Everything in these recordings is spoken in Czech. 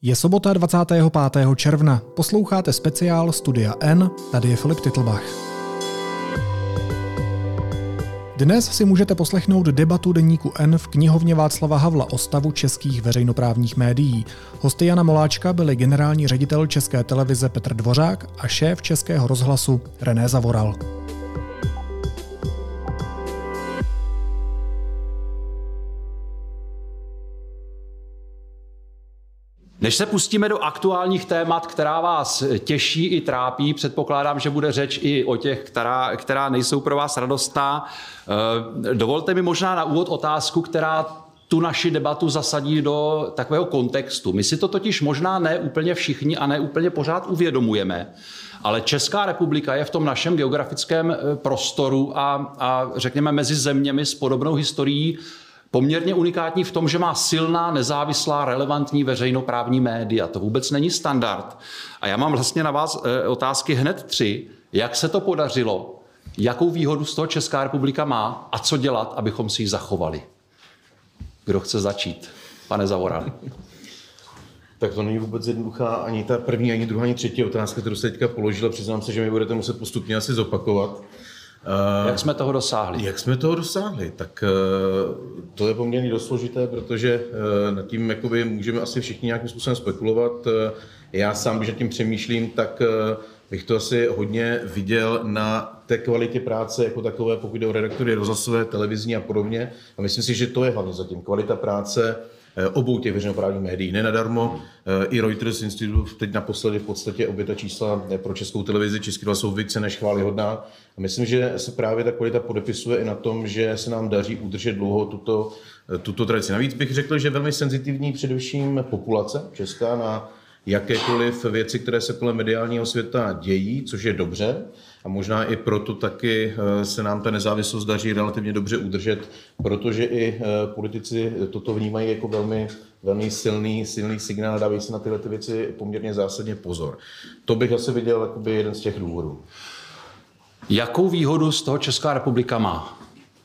Je sobota 25. června. Posloucháte speciál Studia N, tady je Filip Titlbach. Dnes si můžete poslechnout debatu deníku N v knihovně Václava Havla o stavu českých veřejnoprávních médií. Hosty Jana Moláčka byli generální ředitel České televize Petr Dvořák a šéf Českého rozhlasu René Zavoral. Než se pustíme do aktuálních témat, která vás těší i trápí, předpokládám, že bude řeč i o těch, která nejsou pro vás radostná. Dovolte mi možná na úvod otázku, která tu naši debatu zasadí do takového kontextu. My si to totiž možná ne úplně všichni a ne úplně pořád uvědomujeme, ale Česká republika je v tom našem geografickém prostoru a řekněme mezi zeměmi s podobnou historií poměrně unikátní v tom, že má silná, nezávislá, relevantní veřejnoprávní média. To vůbec není standard. A já mám vlastně na vás otázky hned 3. Jak se to podařilo? Jakou výhodu z toho Česká republika má? A co dělat, abychom si ji zachovali? Kdo chce začít? Pane Zavoral. Tak to není vůbec jednoduchá ani ta první, ani druhá, ani třetí otázka, kterou jste teďka položila. Přiznám se, že mi budete muset postupně asi zopakovat. Jak jsme toho dosáhli? Jak jsme toho dosáhli? Tak to je poměrně dost složité, protože nad tím jakoby můžeme asi všichni nějakým způsobem spekulovat. Já sám, když nad tím přemýšlím, tak bych to asi hodně viděl na té kvalitě práce jako takové, pokud jde o redaktory rozhlasové, televizní a podobně. A myslím si, že to je hlavně zatím kvalita práce obou těch veřejnoprávních médií. Nenadarmo i Reuters Institute teď naposledy v podstatě obě ta čísla pro Českou televizi, Český rozhlas jsou více než chvályhodná. A myslím, že se právě ta kvalita podepisuje i na tom, že se nám daří udržet dlouho tuto tradici. Navíc bych řekl, že velmi senzitivní především populace česká na jakékoliv věci, které se kolem mediálního světa dějí, což je dobře. A možná i proto taky se nám ta nezávislost daří relativně dobře udržet, protože i politici toto vnímají jako velmi, velmi silný signál, dávají se na tyhle věci poměrně zásadně pozor. To bych asi viděl jakoby jeden z těch důvodů. Jakou výhodu z toho Česká republika má?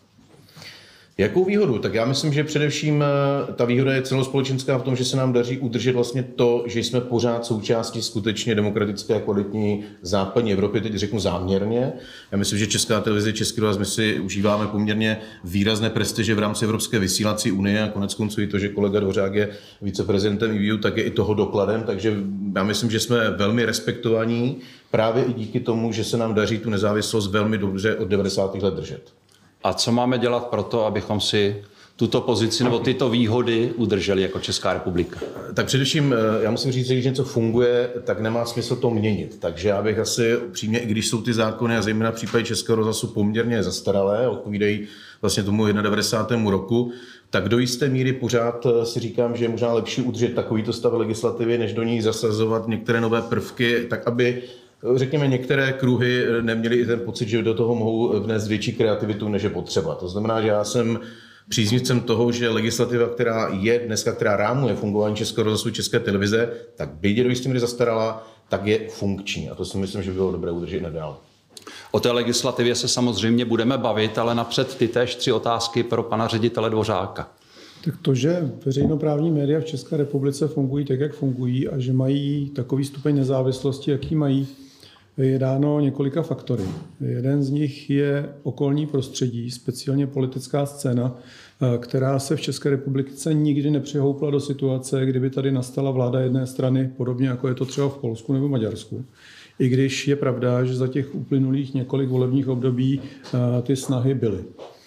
Jakou výhodu? Tak já myslím, že především ta výhoda je celospolečenská v tom, že se nám daří udržet vlastně to, že jsme pořád součástí skutečně demokratické a kvalitní západní Evropy, teď řeknu záměrně. Já myslím, že Česká televize, Český rozhlas, my si užíváme poměrně výrazné prestiže v rámci Evropské vysílací unie a koneckonců i to, že kolega Dvořák je viceprezidentem IVU, tak je i toho dokladem, takže já myslím, že jsme velmi respektovaní právě i díky tomu, že se nám daří tu nezávislost velmi dobře od 90. let držet. A co máme dělat pro to, abychom si tuto pozici nebo tyto výhody udrželi jako Česká republika? Tak především, já musím říct, že když něco funguje, tak nemá smysl to měnit. Takže já bych asi upřímně, i když jsou ty zákony a zejména v případě Českého rozhlasu poměrně zastaralé, odpovídají vlastně tomu 91. roku, tak do jisté míry pořád si říkám, že je možná lepší udržet takovýto stav legislativy, než do ní zasazovat některé nové prvky, tak aby řekněme, některé kruhy neměly i ten pocit, že do toho mohou vnést větší kreativitu, než je potřeba. To znamená, že já jsem příznivcem toho, že legislativa, která je dneska, která rámuje fungování Českého rozhlasu, České televize, tak byť je do jisté míry zastarala, tak je funkční. A to si myslím, že by bylo dobré udržet nadále. O té legislativě se samozřejmě budeme bavit, ale napřed ty též 3 otázky pro pana ředitele Dvořáka. Tak to, že veřejnoprávní média v České republice fungují tak, jak fungují a že mají takový stupeň nezávislosti, jaký mají, je dáno několika faktory. Jeden z nich je okolní prostředí, speciálně politická scéna, která se v České republice nikdy nepřihoupla do situace, kdyby tady nastala vláda jedné strany, podobně jako je to třeba v Polsku nebo Maďarsku. I když je pravda, že za těch uplynulých několik volebních období ty snahy byly.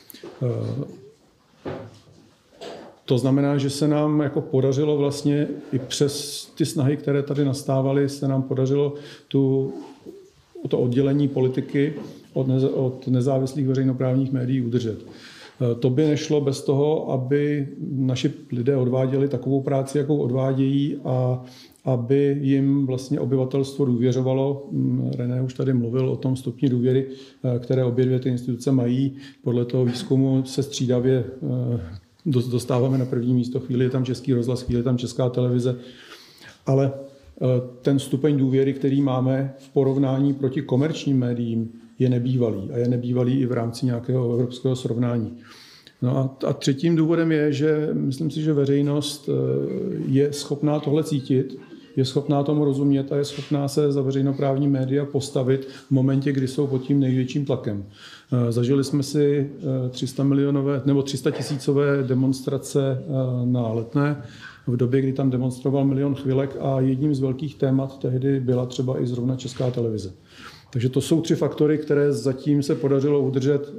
To znamená, že se nám jako podařilo vlastně i přes ty snahy, které tady nastávaly, se nám podařilo to oddělení politiky od nezávislých veřejnoprávních médií udržet. To by nešlo bez toho, aby naši lidé odváděli takovou práci, jakou odvádějí a aby jim vlastně obyvatelstvo důvěřovalo. René už tady mluvil o tom stupni důvěry, které obě dvě ty instituce mají. Podle toho výzkumu se střídavě dostáváme na první místo. Chvíli je tam Český rozhlas, chvíli je tam Česká televize. Ale ten stupeň důvěry, který máme v porovnání proti komerčním médiím, je nebývalý. A je nebývalý i v rámci nějakého evropského srovnání. No a třetím důvodem je, že myslím si, že veřejnost je schopná tohle cítit, je schopná tomu rozumět a je schopná se za veřejnoprávní média postavit v momentě, kdy jsou pod tím největším tlakem. Zažili jsme si 300 tisícové demonstrace na Letné v době, kdy tam demonstroval 1 000 000 chvilek a jedním z velkých témat tehdy byla třeba i zrovna Česká televize. Takže to jsou 3 faktory, které zatím se podařilo udržet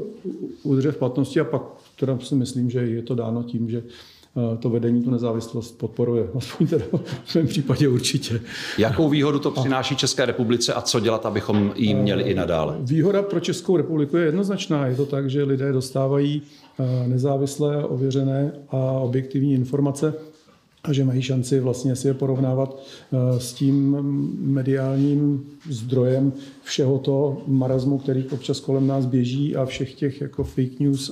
v platnosti a pak teda si myslím, že je to dáno tím, že to vedení tu nezávislost podporuje. Aspoň teda v mém případě určitě. Jakou výhodu to přináší České republice a co dělat, abychom ji měli i nadále? Výhoda pro Českou republiku je jednoznačná. Je to tak, že lidé dostávají nezávislé, ověřené a objektivní informace a že mají šanci vlastně si je porovnávat s tím mediálním zdrojem všeho toho marazmu, který občas kolem nás běží a všech těch jako fake news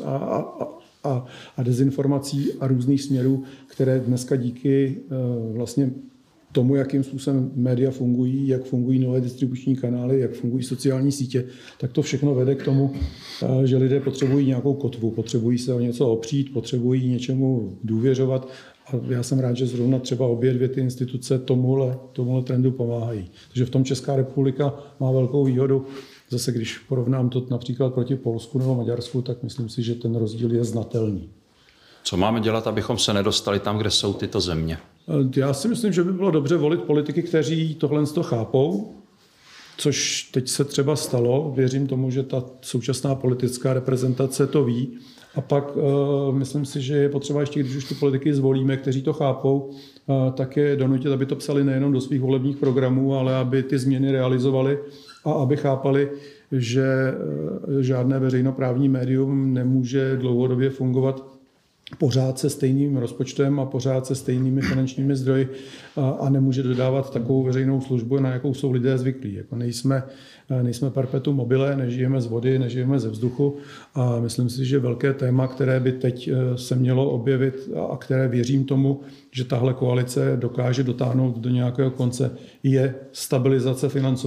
a dezinformací a různých směrů, které dneska díky vlastně tomu, jakým způsobem média fungují, jak fungují nové distribuční kanály, jak fungují sociální sítě, tak to všechno vede k tomu, že lidé potřebují nějakou kotvu, potřebují se o něco opřít, potřebují něčemu důvěřovat. A já jsem rád, že zrovna třeba obě 2 ty instituce tomuhle trendu pomáhají. Takže v tom Česká republika má velkou výhodu. Zase když porovnám to například proti Polsku nebo Maďarsku, tak myslím si, že ten rozdíl je znatelný. Co máme dělat, abychom se nedostali tam, kde jsou tyto země? Já si myslím, že by bylo dobře volit politiky, kteří tohle chápou, což teď se třeba stalo. Věřím tomu, že ta současná politická reprezentace to ví. A pak myslím si, že je potřeba ještě, když už ty politiky zvolíme, kteří to chápou, tak je donutit, aby to psali nejenom do svých volebních programů, ale aby ty změny realizovali a aby chápali, že žádné veřejnoprávní médium nemůže dlouhodobě fungovat pořád se stejným rozpočtem a pořád se stejnými finančními zdroji a nemůže dodávat takovou veřejnou službu, na jakou jsou lidé zvyklí. Jako nejsme perpetuum mobile, nežijeme z vody, nežijeme ze vzduchu a myslím si, že velké téma, které by teď se mělo objevit a které věřím tomu, že tahle koalice dokáže dotáhnout do nějakého konce, je stabilizace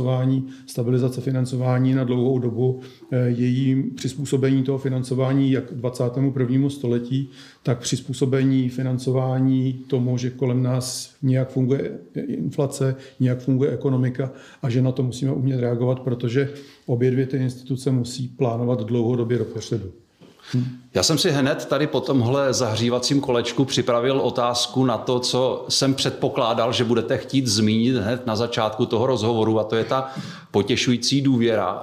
financování na dlouhou dobu, její přizpůsobení toho financování jak 21. století, tak přizpůsobení financování tomu, že kolem nás nějak funguje inflace, nějak funguje ekonomika a že na to musíme umět reagovat, protože obě 2 ty instituce musí plánovat dlouhodobě dopředu. Já jsem si hned tady po tomhle zahřívacím kolečku připravil otázku na to, co jsem předpokládal, že budete chtít zmínit hned na začátku toho rozhovoru, a to je ta potěšující důvěra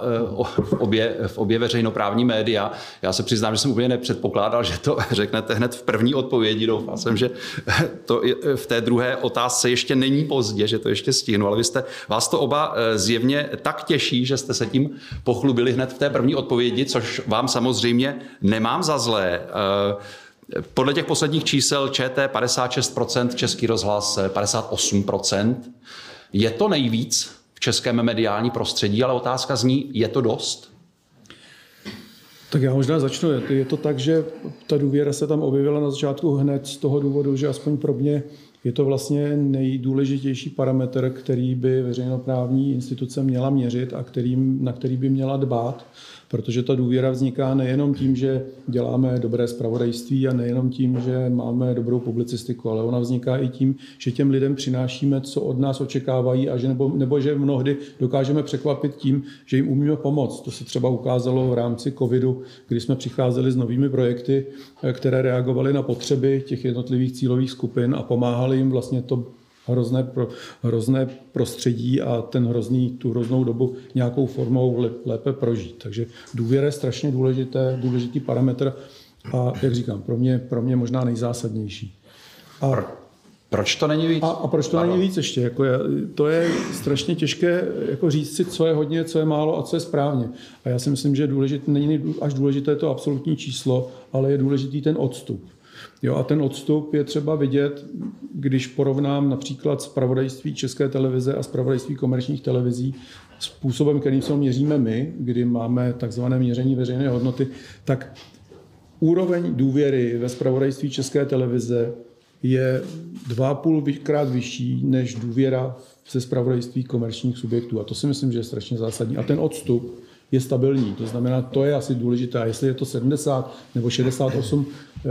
v obě veřejnoprávní média. Já se přiznám, že jsem úplně nepředpokládal, že to řeknete hned v první odpovědi. Doufal jsem, že to v té druhé otázce ještě není pozdě, že to ještě stihnu, ale vás to oba zjevně tak těší, že jste se tím pochlubili hned v té první odpovědi, což vám samozřejmě nemám za zlé. Podle těch posledních čísel ČT 56%, Český rozhlas 58%. Je to nejvíc v českém mediální prostředí, ale otázka zní, je to dost? Tak já možná začnu. Je to tak, že ta důvěra se tam objevila na začátku hned z toho důvodu, že aspoň pro mě je to vlastně nejdůležitější parametr, který by veřejnoprávní instituce měla měřit a na který by měla dbát, protože ta důvěra vzniká nejenom tím, že děláme dobré zpravodajství a nejenom tím, že máme dobrou publicistiku, ale ona vzniká i tím, že těm lidem přinášíme, co od nás očekávají a že nebo že mnohdy dokážeme překvapit tím, že jim umíme pomoct. To se třeba ukázalo v rámci covidu, kdy jsme přicházeli s novými projekty, které reagovaly na potřeby těch jednotlivých cílových skupin a pomáhali jim vlastně to hrozné prostředí a tu hroznou dobu nějakou formou lépe prožít. Takže důvěra je strašně důležitý parametr a, jak říkám, pro mě možná nejzásadnější. Proč to není víc? A proč to není víc ještě? To je strašně těžké říct si, co je hodně, co je málo a co je správně. A já si myslím, že není až důležité to absolutní číslo, ale je důležitý ten odstup. Jo, a ten odstup je třeba vidět, když porovnám například zpravodajství České televize a zpravodajství komerčních televizí způsobem, kterým se měříme my, kdy máme takzvané měření veřejné hodnoty, tak úroveň důvěry ve zpravodajství České televize je 2,5krát vyšší než důvěra ze zpravodajství komerčních subjektů. A to si myslím, že je strašně zásadní. A ten odstup je stabilní. To znamená, to je asi důležité. A jestli je to 70 nebo 68,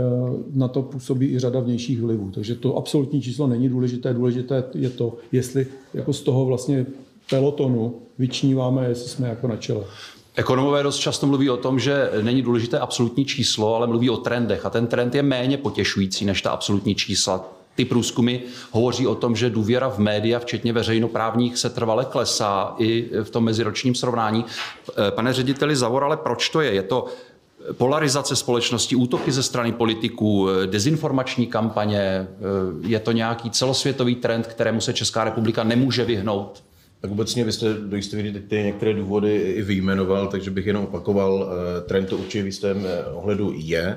na to působí i řada vnějších vlivů. Takže to absolutní číslo není důležité. Důležité je to, jestli jako z toho vlastně pelotonu vyčníváme, jestli jsme jako na čele. Ekonomové dost často mluví o tom, že není důležité absolutní číslo, ale mluví o trendech. A ten trend je méně potěšující než ta absolutní čísla. Ty průzkumy hovoří o tom, že důvěra v média, včetně veřejnoprávních, se trvale klesá i v tom meziročním srovnání. Pane řediteli Zavorale, proč to je? Je to polarizace společnosti, útoky ze strany politiků, dezinformační kampaně? Je to nějaký celosvětový trend, kterému se Česká republika nemůže vyhnout? Tak obecně vy jste do jisté míry ty některé důvody i vyjmenoval, takže bych jenom opakoval, trend to určitě v jistém ohledu je.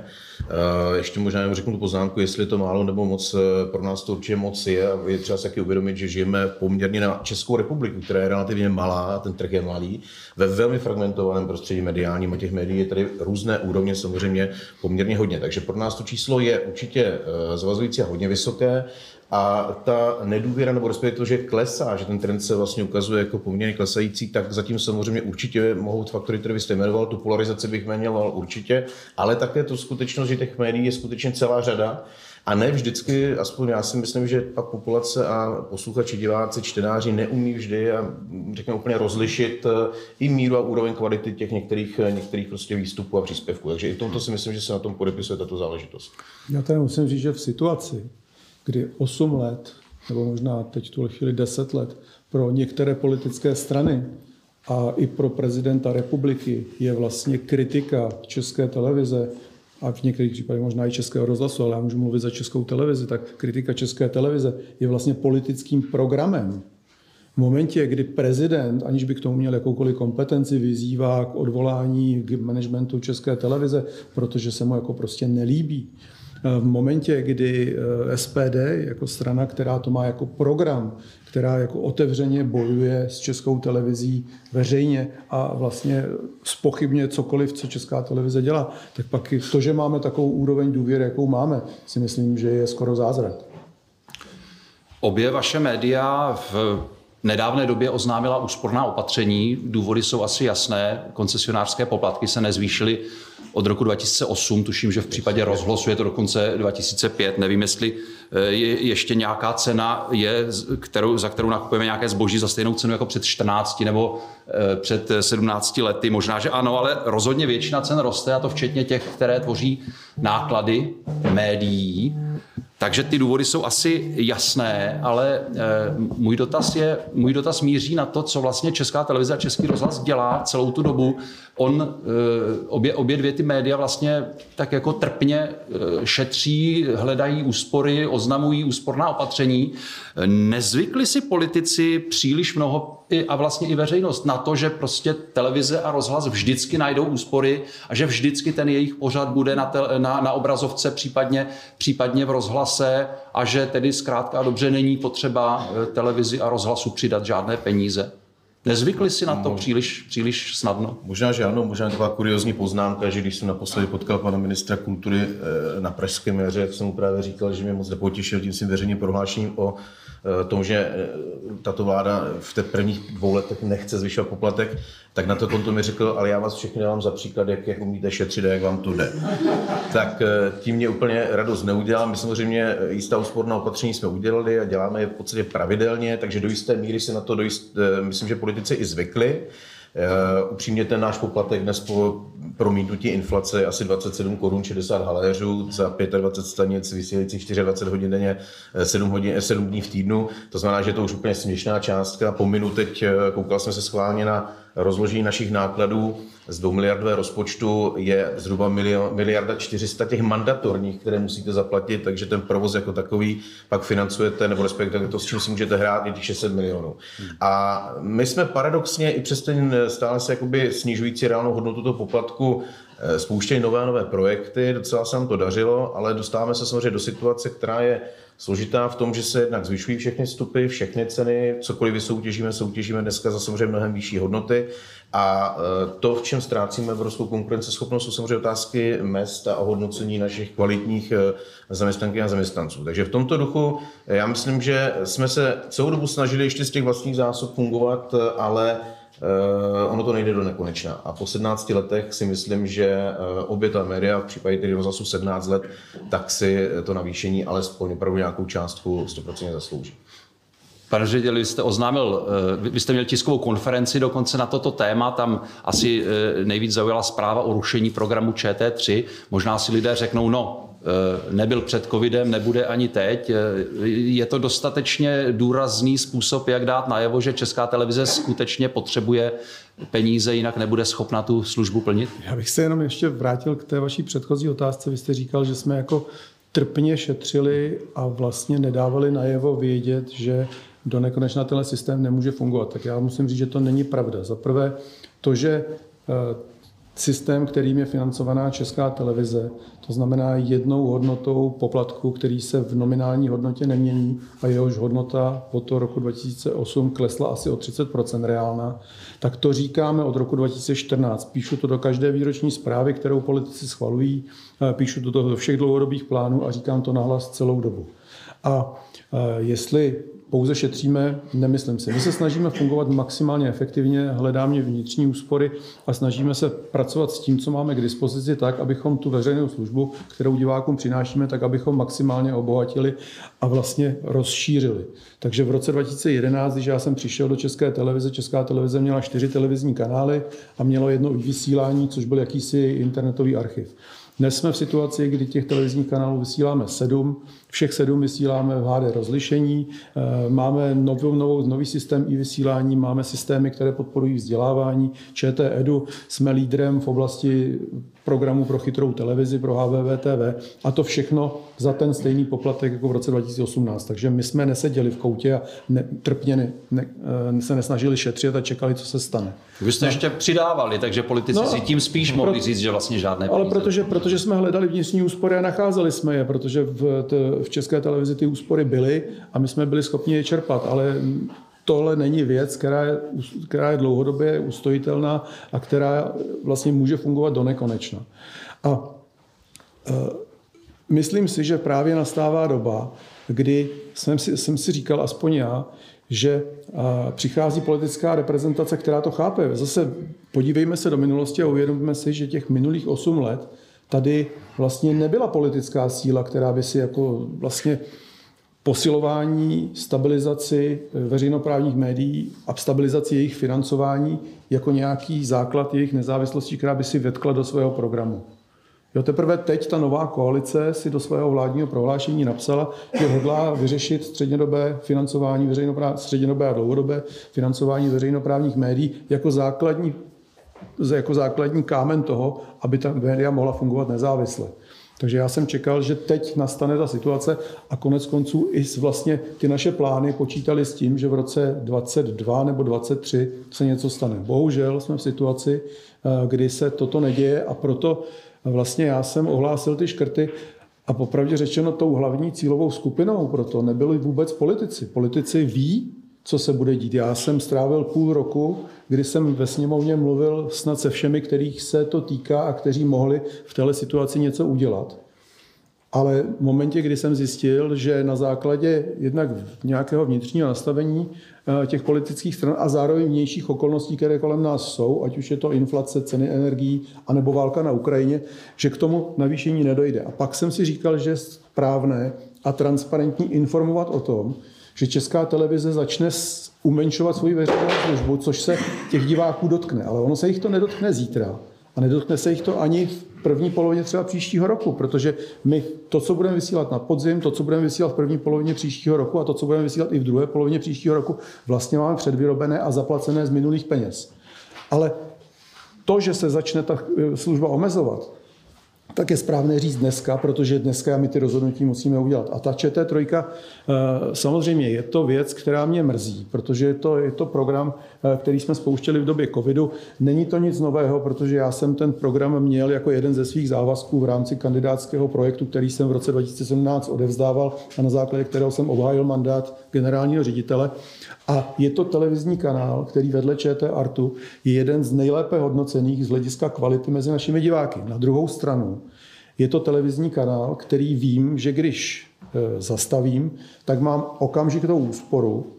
Ještě možná jenom řeknu tu poznámku, jestli je to málo nebo moc, pro nás to určitě moc je a je třeba si taky uvědomit, že žijeme poměrně na Českou republiku, která je relativně malá, ten trh je malý, ve velmi fragmentovaném prostředí mediálním a těch médií je tady různé úrovně samozřejmě poměrně hodně, takže pro nás to číslo je určitě zavazující a hodně vysoké. A ta nedůvěra, nebo respektive to, že klesá, že ten trend se vlastně ukazuje jako poměrně klesající, tak zatím samozřejmě určitě mohou faktory, které vy jste jmenoval, tu polarizaci bych jmenoval určitě, ale také to skutečnost, že těch médií je skutečně celá řada a ne vždycky, aspoň já si myslím, že ta populace a posluchači, diváci, čtenáři neumí vždy a řekněme úplně rozlišit i míru a úroveň kvality těch některých prostě výstupů a příspěvků. Takže i v tomto si myslím, že se na tom podepisuje tato záležitost. Já tady musím říct, že v situaci, kdy 8 let, nebo možná teď v tuhle chvíli 10 let, pro některé politické strany a i pro prezidenta republiky je vlastně kritika České televize a v některých případech možná i Českého rozhlasu, ale já můžu mluvit za Českou televizi, tak kritika České televize je vlastně politickým programem. V momentě, kdy prezident, aniž by k tomu měl jakoukoliv kompetenci, vyzývá k odvolání k managementu České televize, protože se mu jako prostě nelíbí. V momentě, kdy SPD jako strana, která to má jako program, která jako otevřeně bojuje s Českou televizí veřejně a vlastně zpochybňuje cokoliv, co Česká televize dělá, tak pak i to, že máme takovou úroveň důvěry, jakou máme, si myslím, že je skoro zázrak. Obě vaše média v nedávné době oznámila úsporná opatření. Důvody jsou asi jasné. Koncesionářské poplatky se nezvýšily od roku 2008, tuším, že v případě rozhlasu je to dokonce 2005. Nevím, jestli ještě nějaká cena je, za kterou nakupujeme nějaké zboží za stejnou cenu jako před 14 nebo před 17 lety. Možná, že ano, ale rozhodně většina cen roste, a to včetně těch, které tvoří náklady médií. Takže ty důvody jsou asi jasné, ale můj dotaz míří na to, co vlastně Česká televize a Český rozhlas dělá celou tu dobu. Obě dvě ty média vlastně tak jako trpně šetří, hledají úspory, oznamují úsporná opatření. Nezvykli si politici příliš mnoho a vlastně i veřejnost na to, že prostě televize a rozhlas vždycky najdou úspory a že vždycky ten jejich pořad bude na obrazovce, případně v rozhlase a že tedy zkrátka dobře není potřeba televizi a rozhlasu přidat žádné peníze. Nezvykli si na to příliš snadno? Možná, že ano, možná taková kuriozní poznámka, že když jsem naposledy potkal pana ministra kultury na Pražském jaře, jak jsem mu právě říkal, že mě moc nepotěšil tím svým veřejným prohlášením o tom, že tato vláda v těch prvních 2 letech nechce zvyšovat poplatek, tak na to konto mi řekl, ale já vás všechny dávám za příklad, jak umíte šetřit a jak vám to jde. Tak tím mě úplně radost neudělal. My samozřejmě jistá úsporná opatření jsme udělali a děláme je v podstatě pravidelně, takže do jisté míry se na to myslím, že politici i zvykli. Upřímně ten náš poplatek dnes po promítnutí inflace je asi 27 korun 60 haléřů za 25 stanic vysílajících 24 hodin denně, 7 dní v týdnu. To znamená, že to už úplně směšná částka. Pominu teď, koukal jsem se schválně na rozložení našich nákladů z 2 miliardové rozpočtu je zhruba 1,4 miliardy těch mandatorních, které musíte zaplatit, takže ten provoz jako takový pak financujete, nebo respektive to, s čím si můžete hrát, je těch 600 milionů. A my jsme paradoxně i přes ten stále se jakoby snižující reálnou hodnotu toho poplatku spouštěli nové projekty, docela se nám to dařilo, ale dostáváme se samozřejmě do situace, která je složitá v tom, že se jednak zvyšují všechny vstupy, všechny ceny, cokoliv vysoutěžíme dneska za samozřejmě mnohem vyšší hodnoty a to, v čem ztrácíme evropskou konkurenceschopnost, jsou samozřejmě otázky mezd a ohodnocení našich kvalitních zaměstnankyň a zaměstnanců. Takže v tomto duchu já myslím, že jsme se celou dobu snažili ještě z těch vlastních zásob fungovat, ale ono to nejde do nekonečna. A po 17 letech si myslím, že obě ta média, v případě tedy rozhlasu 17 let, tak si to navýšení alespoň opravdu nějakou částku 100% zaslouží. Pane řediteli, vy jste měl tiskovou konferenci dokonce na toto téma, tam asi nejvíc zaujala zpráva o rušení programu ČT3. Možná si lidé řeknou, nebyl před covidem, nebude ani teď. Je to dostatečně důrazný způsob, jak dát najevo, že Česká televize skutečně potřebuje peníze, jinak nebude schopna tu službu plnit? Já bych se jenom ještě vrátil k té vaší předchozí otázce. Vy jste říkal, že jsme jako trpně šetřili a vlastně nedávali najevo vědět, že do nekonečna tenhle systém nemůže fungovat. Tak já musím říct, že to není pravda. Za prvé to, že systém, kterým je financovaná Česká televize, to znamená jednou hodnotou poplatku, který se v nominální hodnotě nemění a jehož hodnota od toho roku 2008 klesla asi o 30% reálná, tak to říkáme od roku 2014. Píšu to do každé výroční zprávy, kterou politici schvalují, píšu to do všech dlouhodobých plánů a říkám to nahlas celou dobu. A jestli pouze šetříme, nemyslím si. My se snažíme fungovat maximálně efektivně, hledáme vnitřní úspory a snažíme se pracovat s tím, co máme k dispozici tak, abychom tu veřejnou službu, kterou divákům přinášíme, tak abychom maximálně obohatili a vlastně rozšířili. Takže v roce 2011, když já jsem přišel do České televize měla 4 televizní kanály a mělo jedno vysílání, což byl jakýsi internetový archiv. Dnes jsme v situaci, kdy těch televizních kanálů vysíláme 7, všech 7 vysíláme v HD rozlišení, máme nový systém vysílání, máme systémy, které podporují vzdělávání, ČT Edu, jsme lídrem v oblasti programu pro chytrou televizi, pro HVVTV a to všechno za ten stejný poplatek jako v roce 2018. Takže my jsme neseděli v koutě a trpně se nesnažili šetřit a čekali, co se stane. Vy jste ještě přidávali, takže politici si tím spíš mohli říct, že vlastně žádné peníze. Ale protože jsme hledali vnitřní úspory a nacházeli jsme je, protože v České televizi ty úspory byly a my jsme byli schopni je čerpat, ale tohle není věc, která je dlouhodobě ustojitelná a která vlastně může fungovat do nekonečna. A myslím si, že právě nastává doba, kdy jsem si říkal, aspoň já, že přichází politická reprezentace, která to chápe. Zase podívejme se do minulosti a uvědomíme si, že těch minulých 8 let tady vlastně nebyla politická síla, která by si jako vlastně posilování, stabilizaci veřejnoprávních médií a stabilizaci jejich financování jako nějaký základ jejich nezávislosti, která by si vetkla do svého programu. Jo, teprve teď ta nová koalice si do svého vládního prohlášení napsala, že hodlá vyřešit střednědobé financování střednědobé a dlouhodobé financování veřejnoprávních médií jako základní kámen toho, aby ta média mohla fungovat nezávisle. Takže já jsem čekal, že teď nastane ta situace a konec konců i vlastně ty naše plány počítali s tím, že v roce 2022 nebo 2023 se něco stane. Bohužel jsme v situaci, kdy se toto neděje a proto vlastně já jsem ohlásil ty škrty a popravdě řečeno tou hlavní cílovou skupinou proto nebyli vůbec politici. Politici ví, co se bude dít. Já jsem strávil půl roku, kdy jsem ve sněmovně mluvil snad se všemi, kterých se to týká a kteří mohli v této situaci něco udělat. Ale v momentě, kdy jsem zjistil, že na základě jednak nějakého vnitřního nastavení těch politických stran a zároveň vnějších okolností, které kolem nás jsou, ať už je to inflace, ceny energií, anebo válka na Ukrajině, že k tomu navýšení nedojde. A pak jsem si říkal, že je správné a transparentní informovat o tom, že Česká televize začne umenšovat svoji veřejnou službu, což se těch diváků dotkne. Ale ono se jich to nedotkne zítra. A nedotkne se jich to ani v první polovině třeba příštího roku, protože my to, co budeme vysílat na podzim, to, co budeme vysílat v první polovině příštího roku a to, co budeme vysílat i v druhé polovině příštího roku, vlastně máme předvyrobené a zaplacené z minulých peněz. Ale to, že se začne ta služba omezovat, tak je správné říct dneska, protože dneska my ty rozhodnutí musíme udělat. A ta ČT3, samozřejmě je to věc, která mě mrzí, protože je to program, který jsme spouštěli v době covidu. Není to nic nového, protože já jsem ten program měl jako jeden ze svých závazků v rámci kandidátského projektu, který jsem v roce 2017 odevzdával a na základě kterého jsem obhájil mandát generálního ředitele. A je to televizní kanál, který vedle ČT Artu je jeden z nejlépe hodnocených z hlediska kvality mezi našimi diváky. Na druhou stranu je to televizní kanál, který vím, že když zastavím, tak mám okamžitou úsporu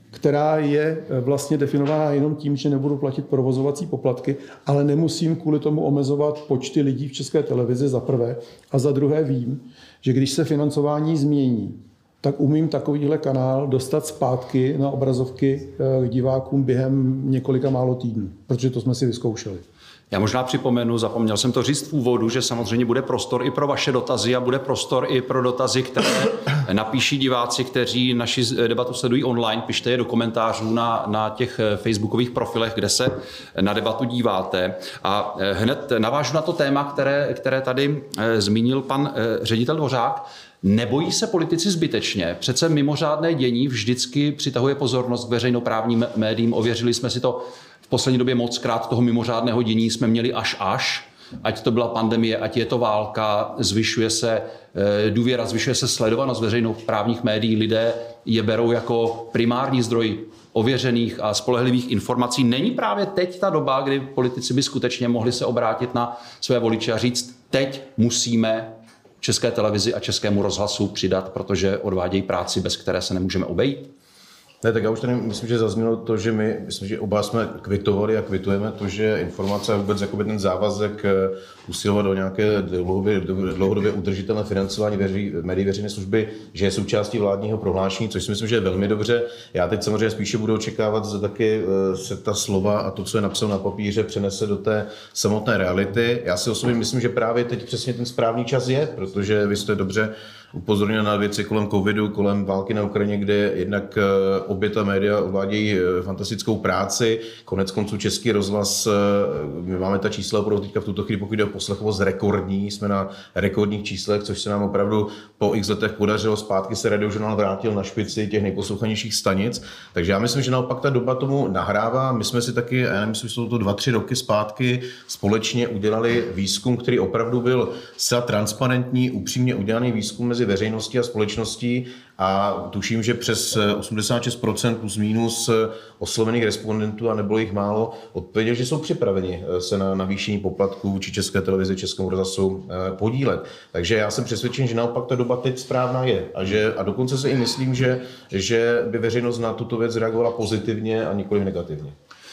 která je vlastně definována jenom tím, že nebudu platit provozovací poplatky, ale nemusím kvůli tomu omezovat počty lidí v České televizi za prvé. A za druhé vím, že když se financování změní, tak umím takovýhle kanál dostat zpátky na obrazovky k divákům během několika málo týdnů, protože to jsme si vyzkoušeli. Já možná připomenu, zapomněl jsem to říct v úvodu, že samozřejmě bude prostor i pro vaše dotazy a bude prostor i pro dotazy, které napíší diváci, kteří naši debatu sledují online. Pište je do komentářů na těch facebookových profilech, kde se na debatu díváte. A hned navážu na to téma, které tady zmínil pan ředitel Dvořák. Nebojí se politici zbytečně? Přece mimořádné dění vždycky přitahuje pozornost k veřejnoprávním médiím. Ověřili jsme si to v poslední době mockrát, toho mimořádného dění jsme měli až. Ať to byla pandemie, ať je to válka, zvyšuje se důvěra, zvyšuje se sledovanost veřejnoprávních médií. Lidé je berou jako primární zdroj ověřených a spolehlivých informací. Není právě teď ta doba, kdy politici by skutečně mohli se obrátit na své voliče a říct, teď musíme České televizi a Českému rozhlasu přidat, protože odvádějí práci, bez které se nemůžeme obejít? Ne, tak já už tady myslím, že zaznělo to, že myslím, že oba jsme kvitovali a kvitujeme to, že informace a vůbec jakoby ten závazek usilovat o nějaké dlouhodobě udržitelné financování médií veřejné služby, že je součástí vládního prohlášení, což si myslím, že je velmi dobře. Já teď samozřejmě spíše budu očekávat, že taky se ta slova a to, co je napsáno na papíře, přenese do té samotné reality. Já si osobně myslím, že právě teď přesně ten správný čas je, protože vy jste dobře upozornil na věci kolem covidu, kolem války na Ukrajině, kde jednak obě ta média odvádějí fantastickou práci. Konec konců Český rozhlas, my máme ta čísla opravdu teďka v tuto chvíli, pokud jde o poslechovost rekordní, jsme na rekordních číslech, což se nám opravdu po x letech podařilo. Zpátky se Radiožurnál vrátil na špici těch nejposlouchanějších stanic. Takže já myslím, že naopak ta doba tomu nahrává. My jsme si taky, já nevím, že jsou to 2-3 roky zpátky, společně udělali výzkum, který opravdu byl zcela transparentní, upřímně udělaný výzkum mezi veřejností a společností a tuším, že přes 86% plus minus oslovených respondentů, a nebylo jich málo, odpověděli, že jsou připraveni se na navýšení poplatků či České televize, Českému rozhlasu podílet. Takže já jsem přesvědčen, že naopak ta doba teď správná je a dokonce si i myslím, že by veřejnost na tuto věc reagovala pozitivně a nikoliv negativně.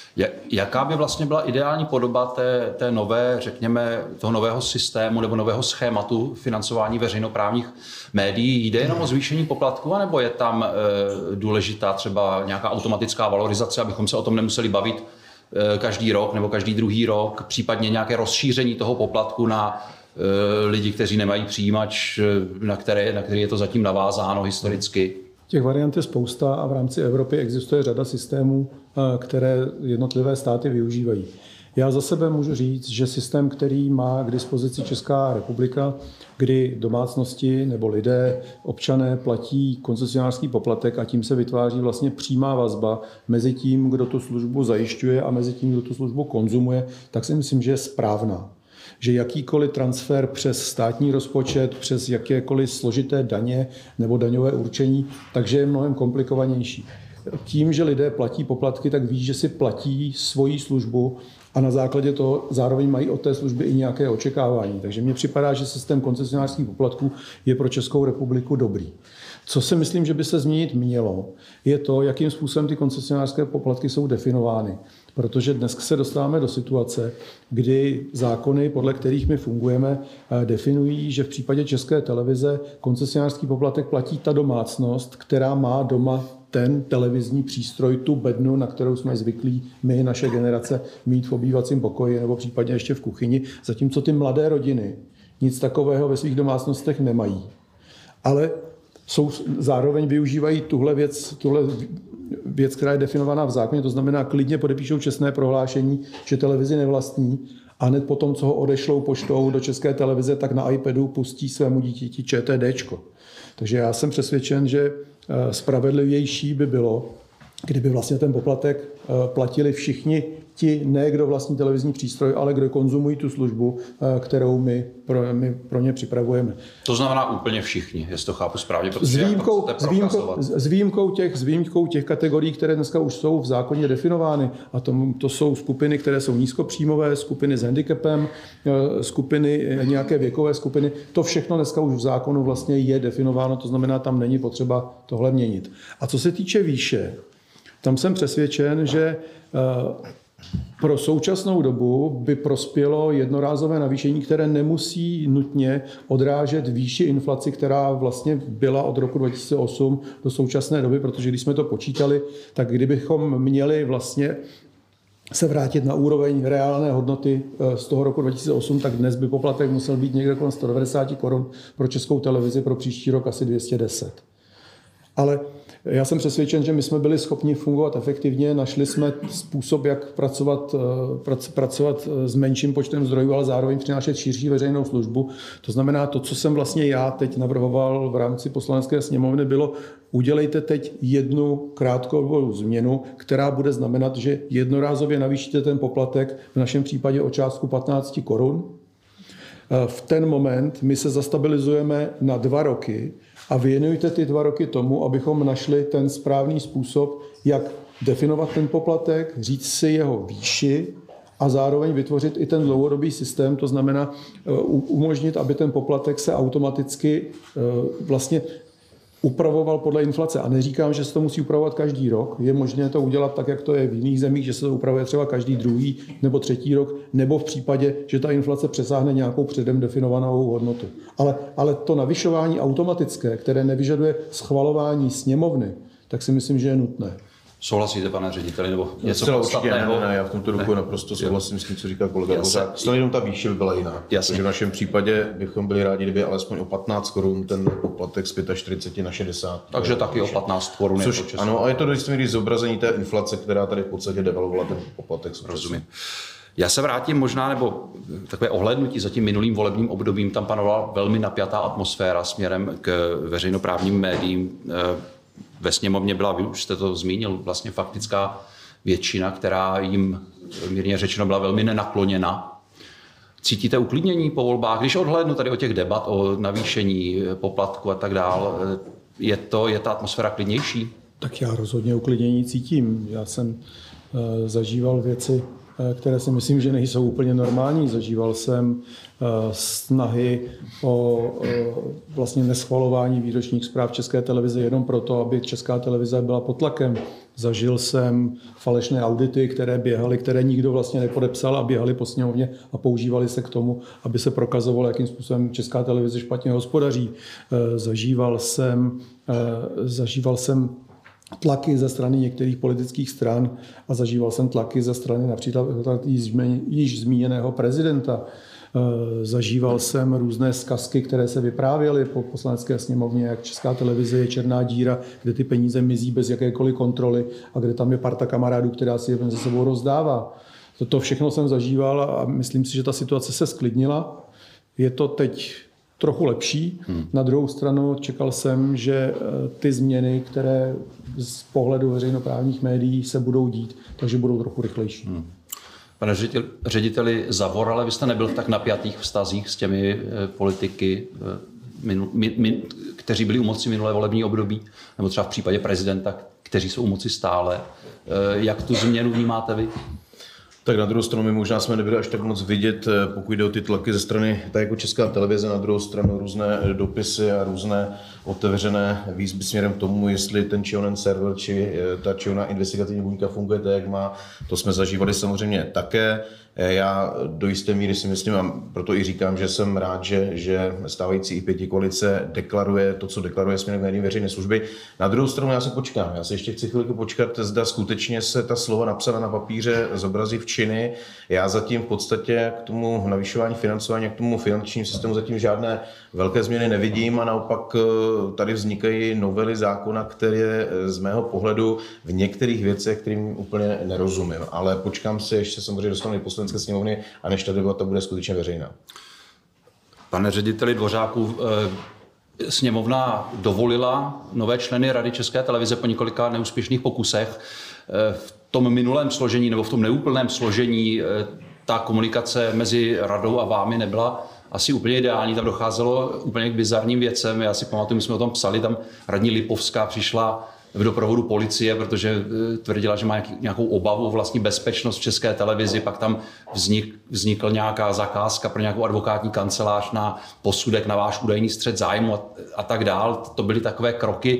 Jaká by vlastně byla ideální podoba té nové, řekněme, toho nového systému nebo nového schématu financování veřejnoprávních médií? Jde jenom o zvýšení poplatku, anebo je tam důležitá třeba nějaká automatická valorizace, abychom se o tom nemuseli bavit každý rok nebo každý druhý rok, případně nějaké rozšíření toho poplatku na lidi, kteří nemají přijímač, na který je to zatím navázáno historicky? Těch variant je spousta a v rámci Evropy existuje řada systémů, které jednotlivé státy využívají. Já za sebe můžu říct, že systém, který má k dispozici Česká republika, kdy domácnosti nebo lidé, občané platí koncesionářský poplatek a tím se vytváří vlastně přímá vazba mezi tím, kdo tu službu zajišťuje a mezi tím, kdo tu službu konzumuje, tak si myslím, že je správná. Že jakýkoliv transfer přes státní rozpočet, přes jakékoliv složité daně nebo daňové určení, takže je mnohem komplikovanější. Tím, že lidé platí poplatky, tak ví, že si platí svoji službu a na základě toho zároveň mají od té služby i nějaké očekávání. Takže mně připadá, že systém koncesionářských poplatků je pro Českou republiku dobrý. Co si myslím, že by se změnit mělo, je to, jakým způsobem ty koncesionářské poplatky jsou definovány. Protože dnes se dostáváme do situace, kdy zákony, podle kterých my fungujeme, definují, že v případě České televize koncesionářský poplatek platí ta domácnost, která má doma ten televizní přístroj, tu bednu, na kterou jsme zvyklí my, naše generace, mít v obývacím pokoji nebo případně ještě v kuchyni, zatímco ty mladé rodiny nic takového ve svých domácnostech nemají. Ale zároveň využívají tuhle věc, která je definovaná v zákoně, to znamená, klidně podepíšou čestné prohlášení, že televizi nevlastní a hned potom, co ho odešlou poštou do České televize, tak na iPadu pustí svému dítěti ČTDčko. Takže já jsem přesvědčen, že spravedlivější by bylo, kdyby vlastně ten poplatek platili všichni ti, ne kdo vlastní televizní přístroj, ale kdo konzumují tu službu, kterou my pro ně připravujeme. To znamená úplně všichni, jestli to chápu správně, s výjimkou těch kategorií, které dneska už jsou v zákoně definovány. A to jsou skupiny, které jsou nízkopříjmové, skupiny s handicapem, skupiny, nějaké věkové skupiny. To všechno dneska už v zákonu vlastně je definováno, to znamená, tam není potřeba tohle měnit. A co se týče výše, Tam jsem přesvědčen, že pro současnou dobu by prospělo jednorázové navýšení, které nemusí nutně odrážet výši inflaci, která vlastně byla od roku 2008 do současné doby, protože když jsme to počítali, tak kdybychom měli vlastně se vrátit na úroveň reálné hodnoty z toho roku 2008, tak dnes by poplatek musel být někde kolem 190 korun, pro Českou televizi pro příští rok asi 210. Ale já jsem přesvědčen, že my jsme byli schopni fungovat efektivně, našli jsme způsob, jak pracovat s menším počtem zdrojů, ale zároveň přinášet širší veřejnou službu. To znamená, to, co jsem vlastně já teď navrhoval v rámci Poslanecké sněmovny, bylo udělejte teď jednu krátkou změnu, která bude znamenat, že jednorázově navýšíte ten poplatek, v našem případě o částku 15 korun. V ten moment my se zastabilizujeme na 2 roky a věnujte ty 2 roky tomu, abychom našli ten správný způsob, jak definovat ten poplatek, říct si jeho výši a zároveň vytvořit i ten dlouhodobý systém, to znamená umožnit, aby ten poplatek se automaticky vlastně upravoval podle inflace. A neříkám, že se to musí upravovat každý rok. Je možné to udělat tak, jak to je v jiných zemích, že se to upravuje třeba každý 2. nebo 3. rok, nebo v případě, že ta inflace přesáhne nějakou předem definovanou hodnotu. Ale to navyšování automatické, které nevyžaduje schvalování sněmovny, tak si myslím, že je nutné. Souhlasíte, pane řediteli, nebo něco podstatného? Ne, já v tomto ruku naprosto souhlasím s tím, co říká kolega Dvořák. Snad jenom ta výše by byla jiná. Protože v našem případě bychom byli rádi, kdyby alespoň o 15 korun ten poplatek z 45 na 60. Takže taky o 15 korun. Ano, a je to do jisté míry zobrazení té inflace, která tady v podstatě devalvovala ten poplatek. Rozumím. Já se vrátím možná, nebo takové ohlédnutí za tím minulým volebním obdobím, tam panovala velmi napjatá atmosféra směrem k veřejnoprávním médiím. Ve sněmovně byla, vy už jste to zmínil, vlastně faktická většina, která jim mírně řečeno byla velmi nenakloněna. Cítíte uklidnění po volbách? Když odhlédnu tady o těch debat, o navýšení poplatku a tak dál, je ta atmosféra klidnější? Tak já rozhodně uklidnění cítím. Já jsem zažíval věci, které si myslím, že nejsou úplně normální. Zažíval jsem snahy o vlastně neschvalování výročních zpráv České televize jenom proto, aby Česká televize byla pod tlakem. Zažil jsem falešné audity, které běhaly, které nikdo vlastně nepodepsal a běhaly po sněmovně a používali se k tomu, aby se prokazovalo, jakým způsobem Česká televize špatně hospodaří. Zažíval jsem tlaky ze strany některých politických stran a zažíval jsem tlaky ze strany například již zmíněného prezidenta. Zažíval jsem různé zkazky, které se vyprávěly po Poslanecké sněmovně, jak Česká televize je černá díra, kde ty peníze mizí bez jakékoliv kontroly a kde tam je parta kamarádů, která si je mezi sebou rozdává. To všechno jsem zažíval a myslím si, že ta situace se sklidnila. Je to teď trochu lepší. Na druhou stranu čekal jsem, že ty změny, které z pohledu veřejnoprávních médií se budou dít, takže budou trochu rychlejší. Pane řediteli Zavorale, vy jste nebyl v tak napjatých vztazích s těmi politiky, kteří byli u moci minulé volební období, nebo třeba v případě prezidenta, kteří jsou u moci stále. Jak tu změnu vnímáte vy? Tak na druhou stranu my možná jsme nebyli až tak moc vidět, pokud jde o ty tlaky ze strany, tak jako Česká televize, na druhou stranu různé dopisy a různé otevřené výzvy směrem k tomu, jestli ten či onen server, či ta či ona investigativní buňka funguje tak, jak má. To jsme zažívali samozřejmě také. Já do jisté míry si myslím, a proto i říkám, že jsem rád, že stávající i pětikoalice deklaruje to, co deklaruje směrem k médiím veřejné služby. Na druhou stranu já se počkám. Já se ještě chci chvilku počkat, zda skutečně se ta slova napsaná na papíře zobrazí v činy. Já zatím v podstatě k tomu navyšování financování, k tomu finančnímu systému zatím žádné velké změny nevidím a naopak tady vznikají novely zákona, které z mého pohledu v některých věcech, kterým úplně nerozumím. Ale počkám se, ještě samozřejmě dostanu Poslanecké sněmovny a než ta debata bude skutečně veřejná. Pane řediteli Dvořáku, sněmovna dovolila nové členy Rady České televize po několika neúspěšných pokusech. V tom minulém složení nebo v tom neúplném složení ta komunikace mezi radou a vámi nebyla asi úplně ideální. Tam docházelo úplně k bizarním věcem. Já si pamatuju, my jsme o tom psali, tam radní Lipovská přišla v doprovodu policie, protože tvrdila, že má nějakou obavu o vlastní bezpečnost v České televizi, pak tam vznikla nějaká zakázka pro nějakou advokátní kancelář na posudek na váš údajný střet zájmu a tak dál. To byly takové kroky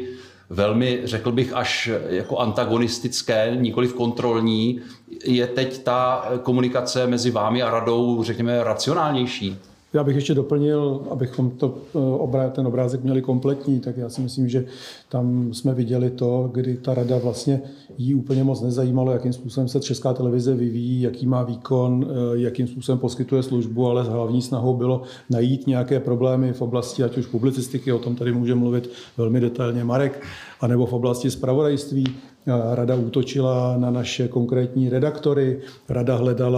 velmi, řekl bych, až jako antagonistické, nikoliv kontrolní. Je teď ta komunikace mezi vámi a radou, řekněme, racionálnější? Já bych ještě doplnil, abychom ten obrázek měli kompletní, tak já si myslím, že tam jsme viděli to, kdy ta rada vlastně jí úplně moc nezajímalo, jakým způsobem se Česká televize vyvíjí, jaký má výkon, jakým způsobem poskytuje službu, ale hlavní snahou bylo najít nějaké problémy v oblasti, ať už publicistiky, o tom tady může mluvit velmi detailně Marek, anebo v oblasti zpravodajství. Rada útočila na naše konkrétní redaktory, rada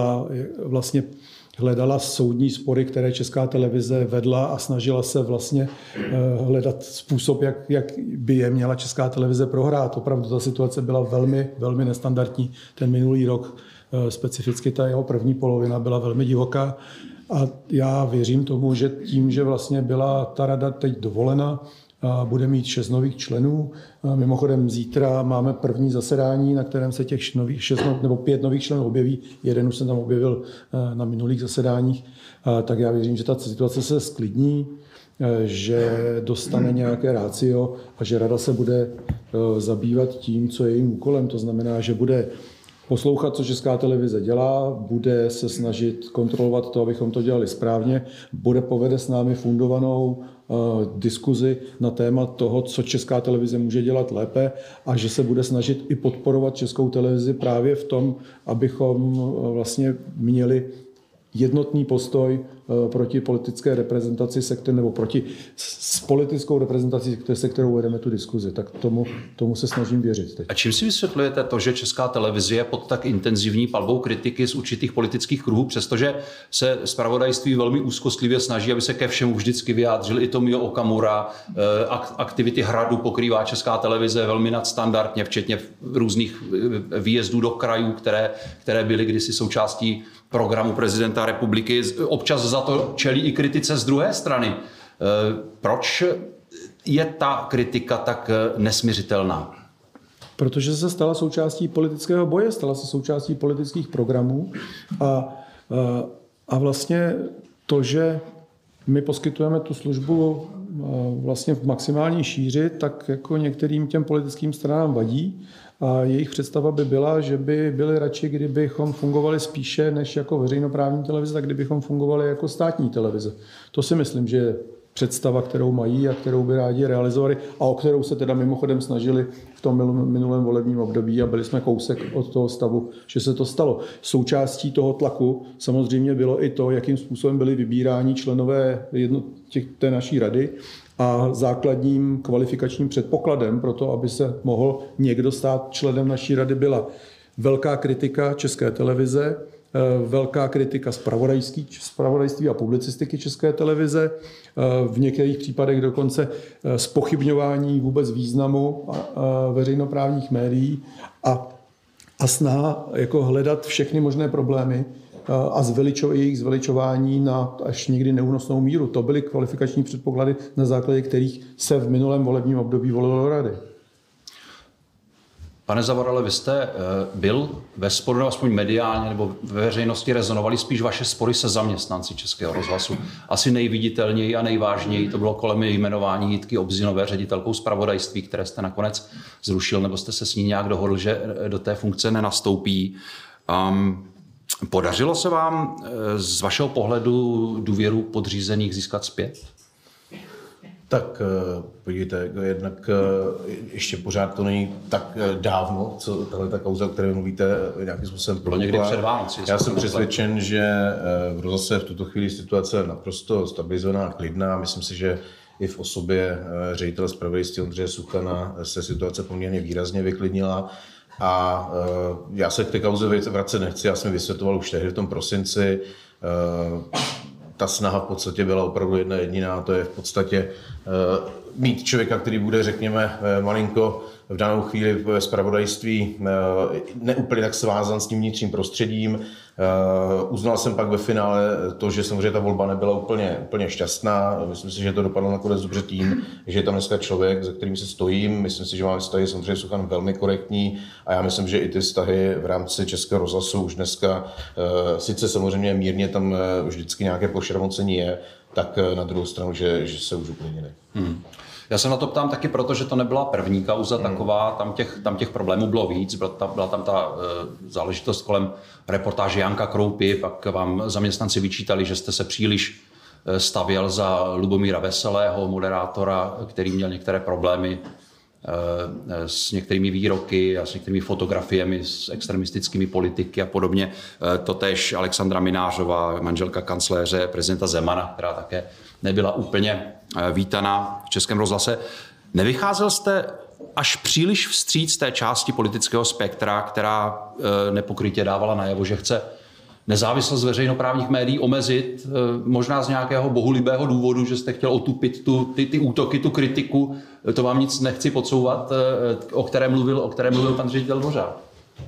hledala soudní spory, které Česká televize vedla a snažila se vlastně hledat způsob, jak by je měla Česká televize prohrát. Opravdu ta situace byla velmi, velmi nestandardní. Ten minulý rok, specificky ta jeho první polovina, byla velmi divoká. A já věřím tomu, že tím, že vlastně byla ta rada teď dovolena, bude mít 6 nových členů. Mimochodem zítra máme první zasedání, na kterém se těch 5 nových členů objeví. Jeden už se tam objevil na minulých zasedáních. Tak já věřím, že ta situace se sklidní, že dostane nějaké ratio a že rada se bude zabývat tím, co je jejím úkolem. To znamená, že bude poslouchat, co Česká televize dělá, bude se snažit kontrolovat to, abychom to dělali správně, povede s námi fundovanou diskuzi na téma toho, co Česká televize může dělat lépe a že se bude snažit i podporovat Českou televizi právě v tom, abychom vlastně měli jednotný postoj proti politické reprezentaci nebo s politickou reprezentací, se kterou vedeme tu diskuzi. Tak tomu se snažím věřit teď. A čím si vysvětlujete to, že Česká televize je pod tak intenzivní palbou kritiky z určitých politických kruhů, přestože se zpravodajství velmi úzkostlivě snaží, aby se ke všemu vždycky vyjádřil i Tomio Okamura, aktivity Hradu pokrývá Česká televize velmi nadstandardně, včetně různých výjezdů do krajů, které byly kdysi součástí programu prezidenta republiky. Občas za to čelí i kritice z druhé strany. Proč je ta kritika tak nesmiřitelná? Protože se stala součástí politického boje, stala se součástí politických programů a vlastně to, že my poskytujeme tu službu vlastně v maximální šíři, tak jako některým těm politickým stranám vadí. A jejich představa by byla, že by byli radši, kdybychom fungovali spíše než jako veřejnoprávní televize, tak kdybychom fungovali jako státní televize. To si myslím, že je představa, kterou mají a kterou by rádi realizovali a o kterou se teda mimochodem snažili v tom minulém volebním období a byli jsme kousek od toho stavu, že se to stalo. Součástí toho tlaku samozřejmě bylo i to, jakým způsobem byli vybíráni členové té naší rady a základním kvalifikačním předpokladem pro to, aby se mohl někdo stát členem naší rady, byla velká kritika České televize, velká kritika zpravodajství a publicistiky České televize, v některých případech dokonce zpochybňování vůbec významu veřejnoprávních médií a snaha jako hledat všechny možné problémy a jejich zveličování na až někdy neúnosnou míru. To byly kvalifikační předpoklady, na základě kterých se v minulém volebním období volilo do rady. Pane Zavorale, vy jste byl ve sporu, nebo aspoň mediálně, nebo ve veřejnosti rezonovali spíš vaše spory se zaměstnanci Českého rozhlasu. Asi nejviditelněji a nejvážněji to bylo kolem jmenování Jitky Obzinové ředitelkou zpravodajství, které jste nakonec zrušil, nebo jste se s ní nějak dohodl, že do té funkce nenastoupí. Podařilo se vám z vašeho pohledu důvěru podřízených získat zpět? Tak podívejte, jednak ještě pořád to není tak dávno, co tato kauza, o které mluvíte, nějakým způsobem bylo někdy před Vánoci. Já jsem přesvědčen, že v rozhlase v tuto chvíli situace naprosto stabilizovaná, klidná. Myslím si, že i v osobě ředitele zpravodajství Ondřeje Suchana se situace poměrně výrazně vyklidnila. A já se k té kauze vracet nechci, já jsem vysvětloval už tehdy v tom prosinci. Ta snaha v podstatě byla opravdu jedna jediná, to je v podstatě mít člověka, který bude, řekněme, malinko v danou chvíli ve zpravodajství neúplně tak svázan s tím vnitřním prostředím. Uznal jsem pak ve finále to, že samozřejmě ta volba nebyla úplně šťastná. Myslím si, že to dopadlo nakonec dobře tím, že je tam dneska člověk, za kterým se stojím. Myslím si, že máme vztahy samozřejmě Suchan velmi korektní a já myslím, že i ty vztahy v rámci Českého rozhlasu už dneska, sice samozřejmě mírně tam vždycky nějaké pošramocení je, tak na druhou stranu, že se už uklidnili. Já se na to ptám taky proto, že to nebyla první kauza taková, tam těch problémů bylo víc, byla tam ta záležitost kolem reportáže Janka Kroupy, pak vám zaměstnanci vyčítali, že jste se příliš stavěl za Lubomíra Veselého, moderátora, který měl některé problémy s některými výroky a s některými fotografiemi s extremistickými politiky a podobně. Totéž Alexandra Minářová, manželka kancléře prezidenta Zemana, která také nebyla úplně vítaná v Českém rozhlase. Nevycházel jste až příliš vstříc té části politického spektra, která nepokrytě dávala najevo, že chce nezávislost veřejnoprávních médií omezit, možná z nějakého bohulibého důvodu, že jste chtěl otupit ty útoky, tu kritiku, to vám nic nechci podsouvat, o které mluvil pan ředitel Dvořák.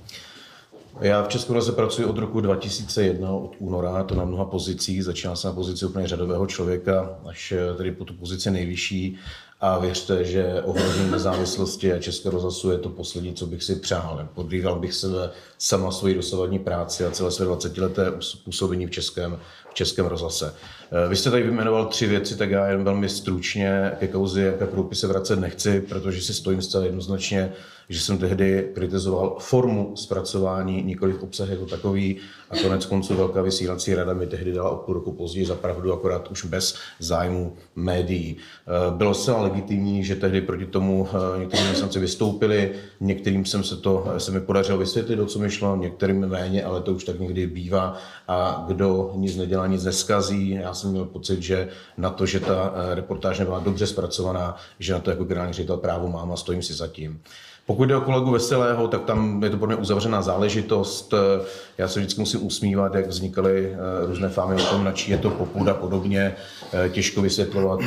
Já v Českém rozhlase pracuji od roku 2001, od února, to na mnoha pozicích. Začínal jsem na pozici úplně řadového člověka, až tedy po tu pozici nejvyšší. A věřte, že ohrožení nezávislosti a Českého rozhlasu je to poslední, co bych si přál. Podrýval bych se sama svoji dosavadní práci a celé své 20leté působení v Českém rozhlase. Vy jste tady vyjmenoval 3 věci, tak já jen velmi stručně ke kauze Janka Kroupy se vracet nechci, protože si stojím zcela jednoznačně, že jsem tehdy kritizoval formu zpracování, nikoliv obsah jako takový, a konec konců Velká vysílací rada mi tehdy dala o půl roku později za pravdu, akorát už bez zájmu médií. Bylo zcela legitimní, že tehdy proti tomu někteří zaměstnanci vystoupili, některým se mi podařilo vysvětlit, o co mi šlo, některým méně, ale to už tak někdy bývá, a kdo nic nedělá, nic neskazí. Já jsem měl pocit, že na to, že ta reportáž nebyla dobře zpracovaná, že na to jako generální ředitel právo mám a stojím si za tím. Pokud jde o kolegu Veselého, tak tam je to pro mě uzavřená záležitost. Já se vždycky musím usmívat, jak vznikaly různé fámy o tom, na čí je to popud a podobně. Těžko vysvětlovat,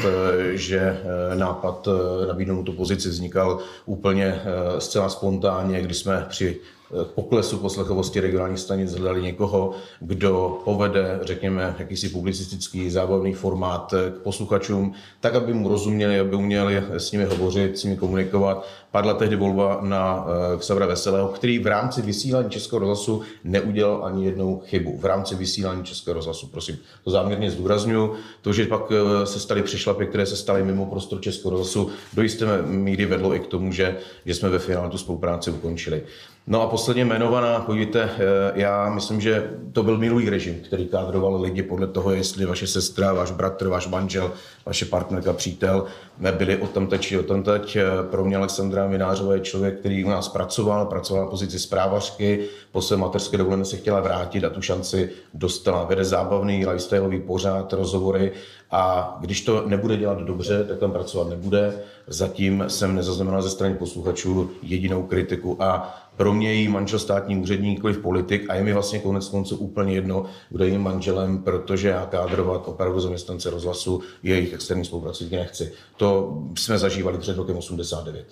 že nápad nabídnout tu pozici vznikal úplně zcela spontánně, když jsme při poklesu poslechovosti regionálních stanic hledali někoho, kdo povede, řekněme, jakýsi publicistický zábavný formát k posluchačům, tak, aby mu rozuměli, aby uměli s nimi hovořit, s nimi komunikovat. Padla tehdy volba na Xavra Veselého, který v rámci vysílání Českého rozhlasu neudělal ani jednou chybu. V rámci vysílání Českého rozhlasu, prosím, to záměrně zdůrazňuji. To, že pak se staly přešlapy, které se staly mimo prostor Českého rozhlasu, do jisté míry vedlo i k tomu, že jsme ve finále tu spolupráci ukončili. No a posledně jmenovaná, podívejte, já myslím, že to byl minulý režim, který kádroval lidi podle toho, jestli vaše sestra, váš bratr, váš manžel, vaše partnerka, přítel byli odtamteď či odtamteď. Pro mě Alexandra Minářová je člověk, který u nás pracoval na pozici zprávařky, po své mateřské dovolené se chtěla vrátit a tu šanci dostala. Vede zábavný lifestyleový pořad, rozhovory, a když to nebude dělat dobře, tak tam pracovat nebude. Zatím jsem nezaznamenal ze strany posluchačů jedinou kritiku a pro mě její manžel státní úředník, nikoliv politik, a je mi vlastně konec konců úplně jedno, kdo je jejím manželem, protože já kádrovat opravdu zaměstnance rozhlasu jejich externí spolupracovníky nechci. To jsme zažívali před rokem 89.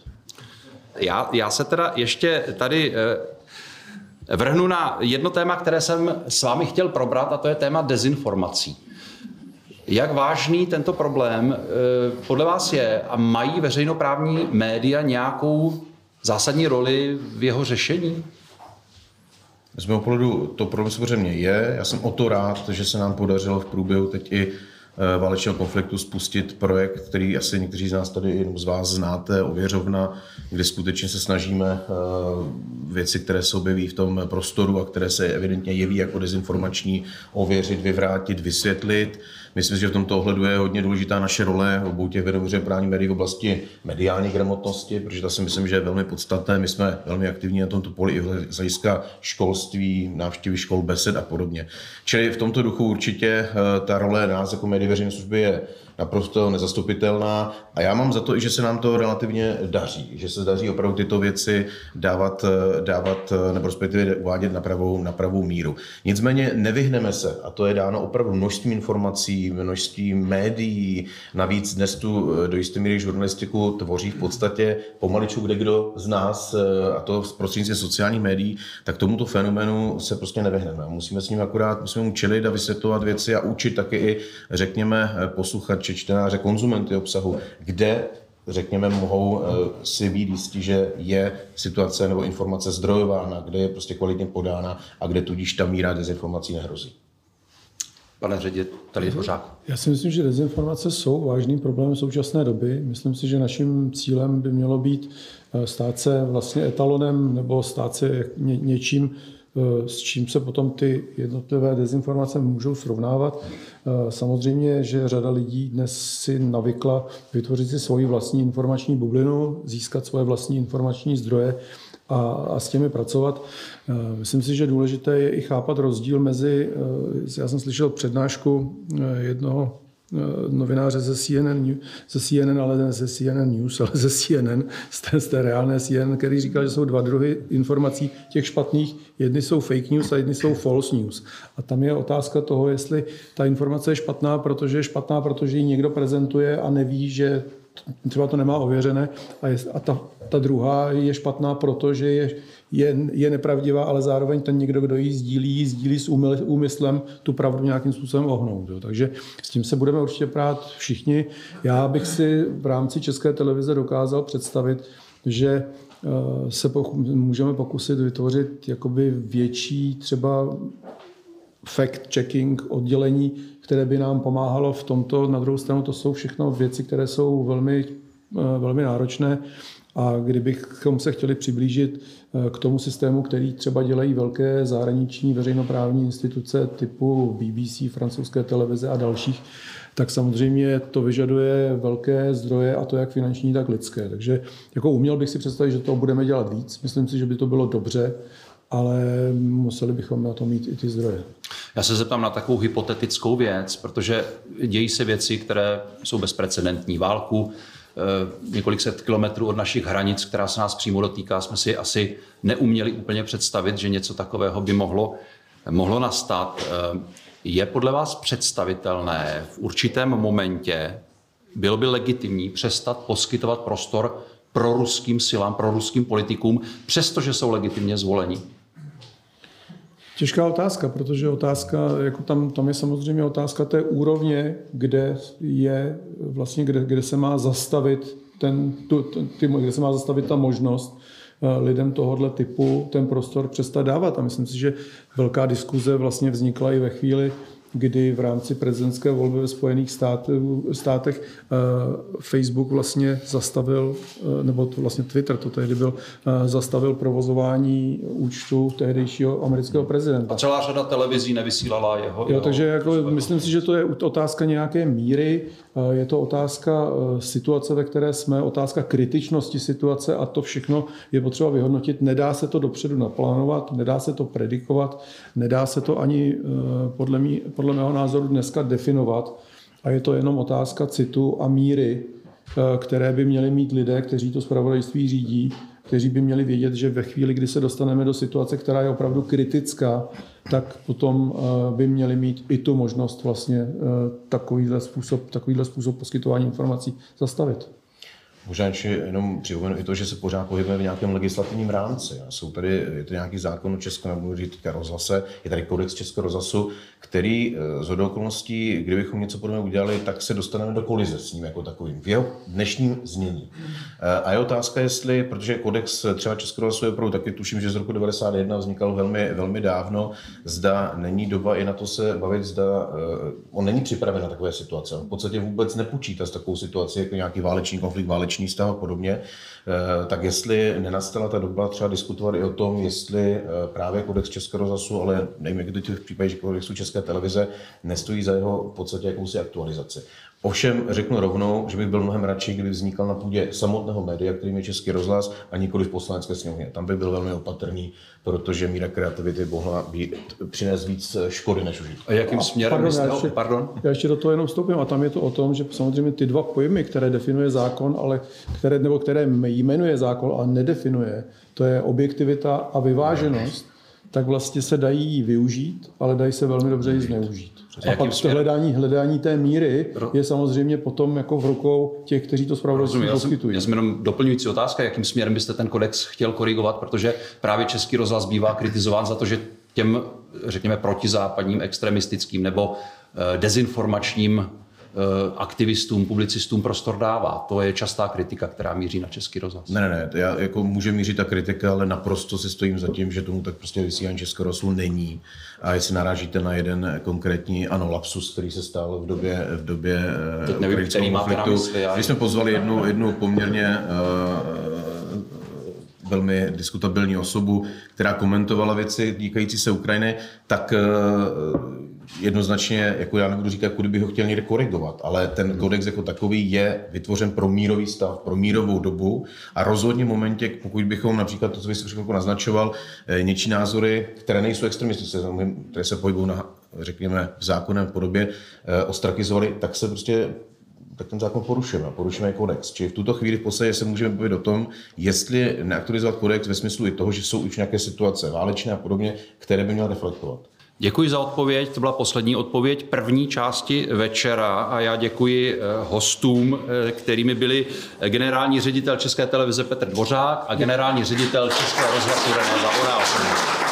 Já se teda ještě tady vrhnu na jedno téma, které jsem s vámi chtěl probrat, a to je téma dezinformací. Jak vážný tento problém podle vás je a mají veřejnoprávní média nějakou zásadní roli v jeho řešení? Z mého pohledu to problém samozřejmě je. Já jsem o to rád, že se nám podařilo v průběhu teď i válečného konfliktu spustit projekt, který asi někteří z nás tady, jenom z vás znáte, Ověřovna, kde skutečně se snažíme věci, které se objeví v tom prostoru a které se evidentně jeví jako dezinformační, ověřit, vyvrátit, vysvětlit. Myslím, že v tomto ohledu je hodně důležitá naše role obou těch veřejnoprávních médií v oblasti mediální gramotnosti, protože to si myslím, že je velmi podstatné. My jsme velmi aktivní na tomto poli i z hlediska školství, návštěvy škol, besed a podobně. Čili v tomto duchu určitě ta role nás jako médií veřejné služby je naprosto nezastupitelná a já mám za to i, že se nám to relativně daří, že se daří opravdu tyto věci dávat nebo respektive uvádět na pravou míru. Nicméně nevyhneme se, a to je dáno opravdu množstvím informací, množstvím médií, navíc dnes tu do jisté míry žurnalistiku tvoří v podstatě pomaličku kdekdo z nás, a to prostřednictvím sociálních médií, tak tomuto fenoménu se prostě nevyhneme. Musíme s ním musíme čelit a vysvětlovat věci a učit taky i, řekněme, posluchače, čtenáře, konzumenty obsahu, kde, řekněme, mohou si být jistí, že je situace nebo informace zdrojována, kde je prostě kvalitně podána a kde tudíž ta míra dezinformací nehrozí. pane řediteli Dvořáku? Já si myslím, že dezinformace jsou vážným problémem současné doby. Myslím si, že naším cílem by mělo být stát se vlastně etalonem nebo stát se něčím, s čím se potom ty jednotlivé dezinformace můžou srovnávat. Samozřejmě, že řada lidí dnes si navykla vytvořit si svoji vlastní informační bublinu, získat svoje vlastní informační zdroje a s těmi pracovat. Myslím si, že důležité je i chápat rozdíl mezi, já jsem slyšel přednášku jednoho novináře ze CNN, ale ne ze CNN News, ale ze CNN, z té reálné CNN, který říkal, že jsou dva druhy informací těch špatných. Jedny jsou fake news a jedny jsou false news. A tam je otázka toho, jestli ta informace je špatná, protože ji někdo prezentuje a neví, že třeba to nemá ověřené, a ta druhá je špatná, protože je nepravdivá, ale zároveň ten někdo, kdo ji sdílí s úmyslem tu pravdu nějakým způsobem ohnout. Jo. Takže s tím se budeme určitě prát všichni. Já bych si v rámci České televize dokázal představit, že se můžeme pokusit vytvořit jakoby větší třeba fact-checking oddělení, které by nám pomáhalo v tomto. Na druhou stranu to jsou všechno věci, které jsou velmi, velmi náročné, a kdybychom se chtěli přiblížit k tomu systému, který třeba dělají velké zahraniční veřejnoprávní instituce typu BBC, francouzské televize a dalších, tak samozřejmě to vyžaduje velké zdroje, a to jak finanční, tak lidské. Takže jako uměl bych si představit, že to budeme dělat víc. Myslím si, že by to bylo dobře, ale museli bychom na to mít i ty zdroje. Já se zeptám na takovou hypotetickou věc, protože dějí se věci, které jsou bezprecedentní. Válku několik set kilometrů od našich hranic, která se nás přímo dotýká, jsme si asi neuměli úplně představit, že něco takového by mohlo nastat. Je podle vás představitelné v určitém momentě, bylo by legitimní přestat poskytovat prostor proruským silám, proruským politikům, přestože jsou legitimně zvoleni? Těžká otázka, protože otázka, jako tam je samozřejmě otázka té úrovně, kde se má zastavit kde se má zastavit ta možnost lidem tohohle typu ten prostor přestat dávat. A myslím si, že velká diskuze vlastně vznikla i ve chvíli, kdy v rámci prezidentské volby ve Spojených státech Facebook vlastně zastavil, nebo to vlastně Twitter to tehdy byl, zastavil provozování účtu tehdejšího amerického prezidenta. A celá řada televizí nevysílala jeho. Takže jako, myslím si, že to je otázka nějaké míry, je to otázka situace, ve které jsme, otázka kritičnosti situace, a to všechno je potřeba vyhodnotit. Nedá se to dopředu naplánovat, nedá se to predikovat, nedá se to ani podle mého názoru dneska definovat, a je to jenom otázka citu a míry, které by měli mít lidé, kteří to zpravodajství řídí, kteří by měli vědět, že ve chvíli, kdy se dostaneme do situace, která je opravdu kritická, tak potom by měli mít i tu možnost vlastně takovýhle způsob poskytování informací zastavit. Možná jenom připomenu i to, že se pořád pohybujeme v nějakém legislativním rámci. Je to nějaký zákon o Českém rozhlase, je tady kodex Českého rozhlasu, který shodou okolností, kdybychom něco podobného udělali, tak se dostaneme do kolize s ním jako takovým, v jeho dnešním znění. A je otázka, jestli, protože kodex třeba Českého rozhlasu je opravdu taky, tuším, že z roku 1991 vznikal velmi, velmi dávno, zda není doba i na to se bavit, zda on není připraven na takové situace. On v podstatě vůbec nepočítá s takovou situací, jako nějaký válečný konflikt, válečný stav a podobně, tak jestli nenastala ta doba třeba diskutovat i o tom, jestli právě kodex Českého rozhlasu, ale nevím, jak je to v případě kodexu České televize, nestojí za jeho v podstatě jakousi aktualizaci. Ovšem řeknu rovnou, že bych byl mnohem radši, kdyby vznikal na půdě samotného média, kterým je Český rozhlas, a nikoli v Poslanecké sněmovně. Tam bych byl velmi opatrný, protože míra kreativity mohla přinést víc škody než užitku. A jakým směrem Já ještě do toho jenom vstoupím, a tam je to o tom, že samozřejmě ty dva pojmy, které definuje zákon, ale které jmenuje zákon, ale nedefinuje, to je objektivita a vyváženost, tak vlastně se dají využít, ale dají se velmi dobře i zneužít. A pak to hledání té míry je samozřejmě potom jako v rukou těch, kteří to zpravodajství poskytují. Já jsem jenom doplňující otázka, jakým směrem byste ten kodex chtěl korigovat, protože právě Český rozhlas bývá kritizován za to, že těm, řekněme, protizápadním, extremistickým nebo dezinformačním aktivistům, publicistům prostor dává. To je častá kritika, která míří na Český rozhlas. Ne, já, jako může mířit ta kritika, ale naprosto si stojím za tím, že tomu tak prostě vysílání Českého rozhlasu není. A jestli narážíte na jeden konkrétní lapsus, který se stal v době ukrajinského konfliktu, když jsme pozvali jednu poměrně velmi diskutabilní osobu, která komentovala věci týkající se Ukrajiny, tak jednoznačně, jako já nebudu říkat, kudy bych ho chtěl někde korigovat, ale ten kodex jako takový je vytvořen pro mírový stav, pro mírovou dobu a rozhodně v momentě, pokud bychom například to, co jste chvilku naznačoval, něčí názory, které nejsou extremistické, které se pohybují na, řekněme, v zákonném podobě, ostrakizovali, tak ten zákon porušujeme kodex. Čili v tuto chvíli v podstatě se můžeme bavit o tom, jestli neaktualizovat kodex ve smyslu i toho, že jsou už nějaké situace válečné a podobně, které by měl reflektovat. Děkuji za odpověď, to byla poslední odpověď první části večera a já děkuji hostům, kterými byli generální ředitel České televize Petr Dvořák a generální ředitel Českého rozhlasu René Zaorálek.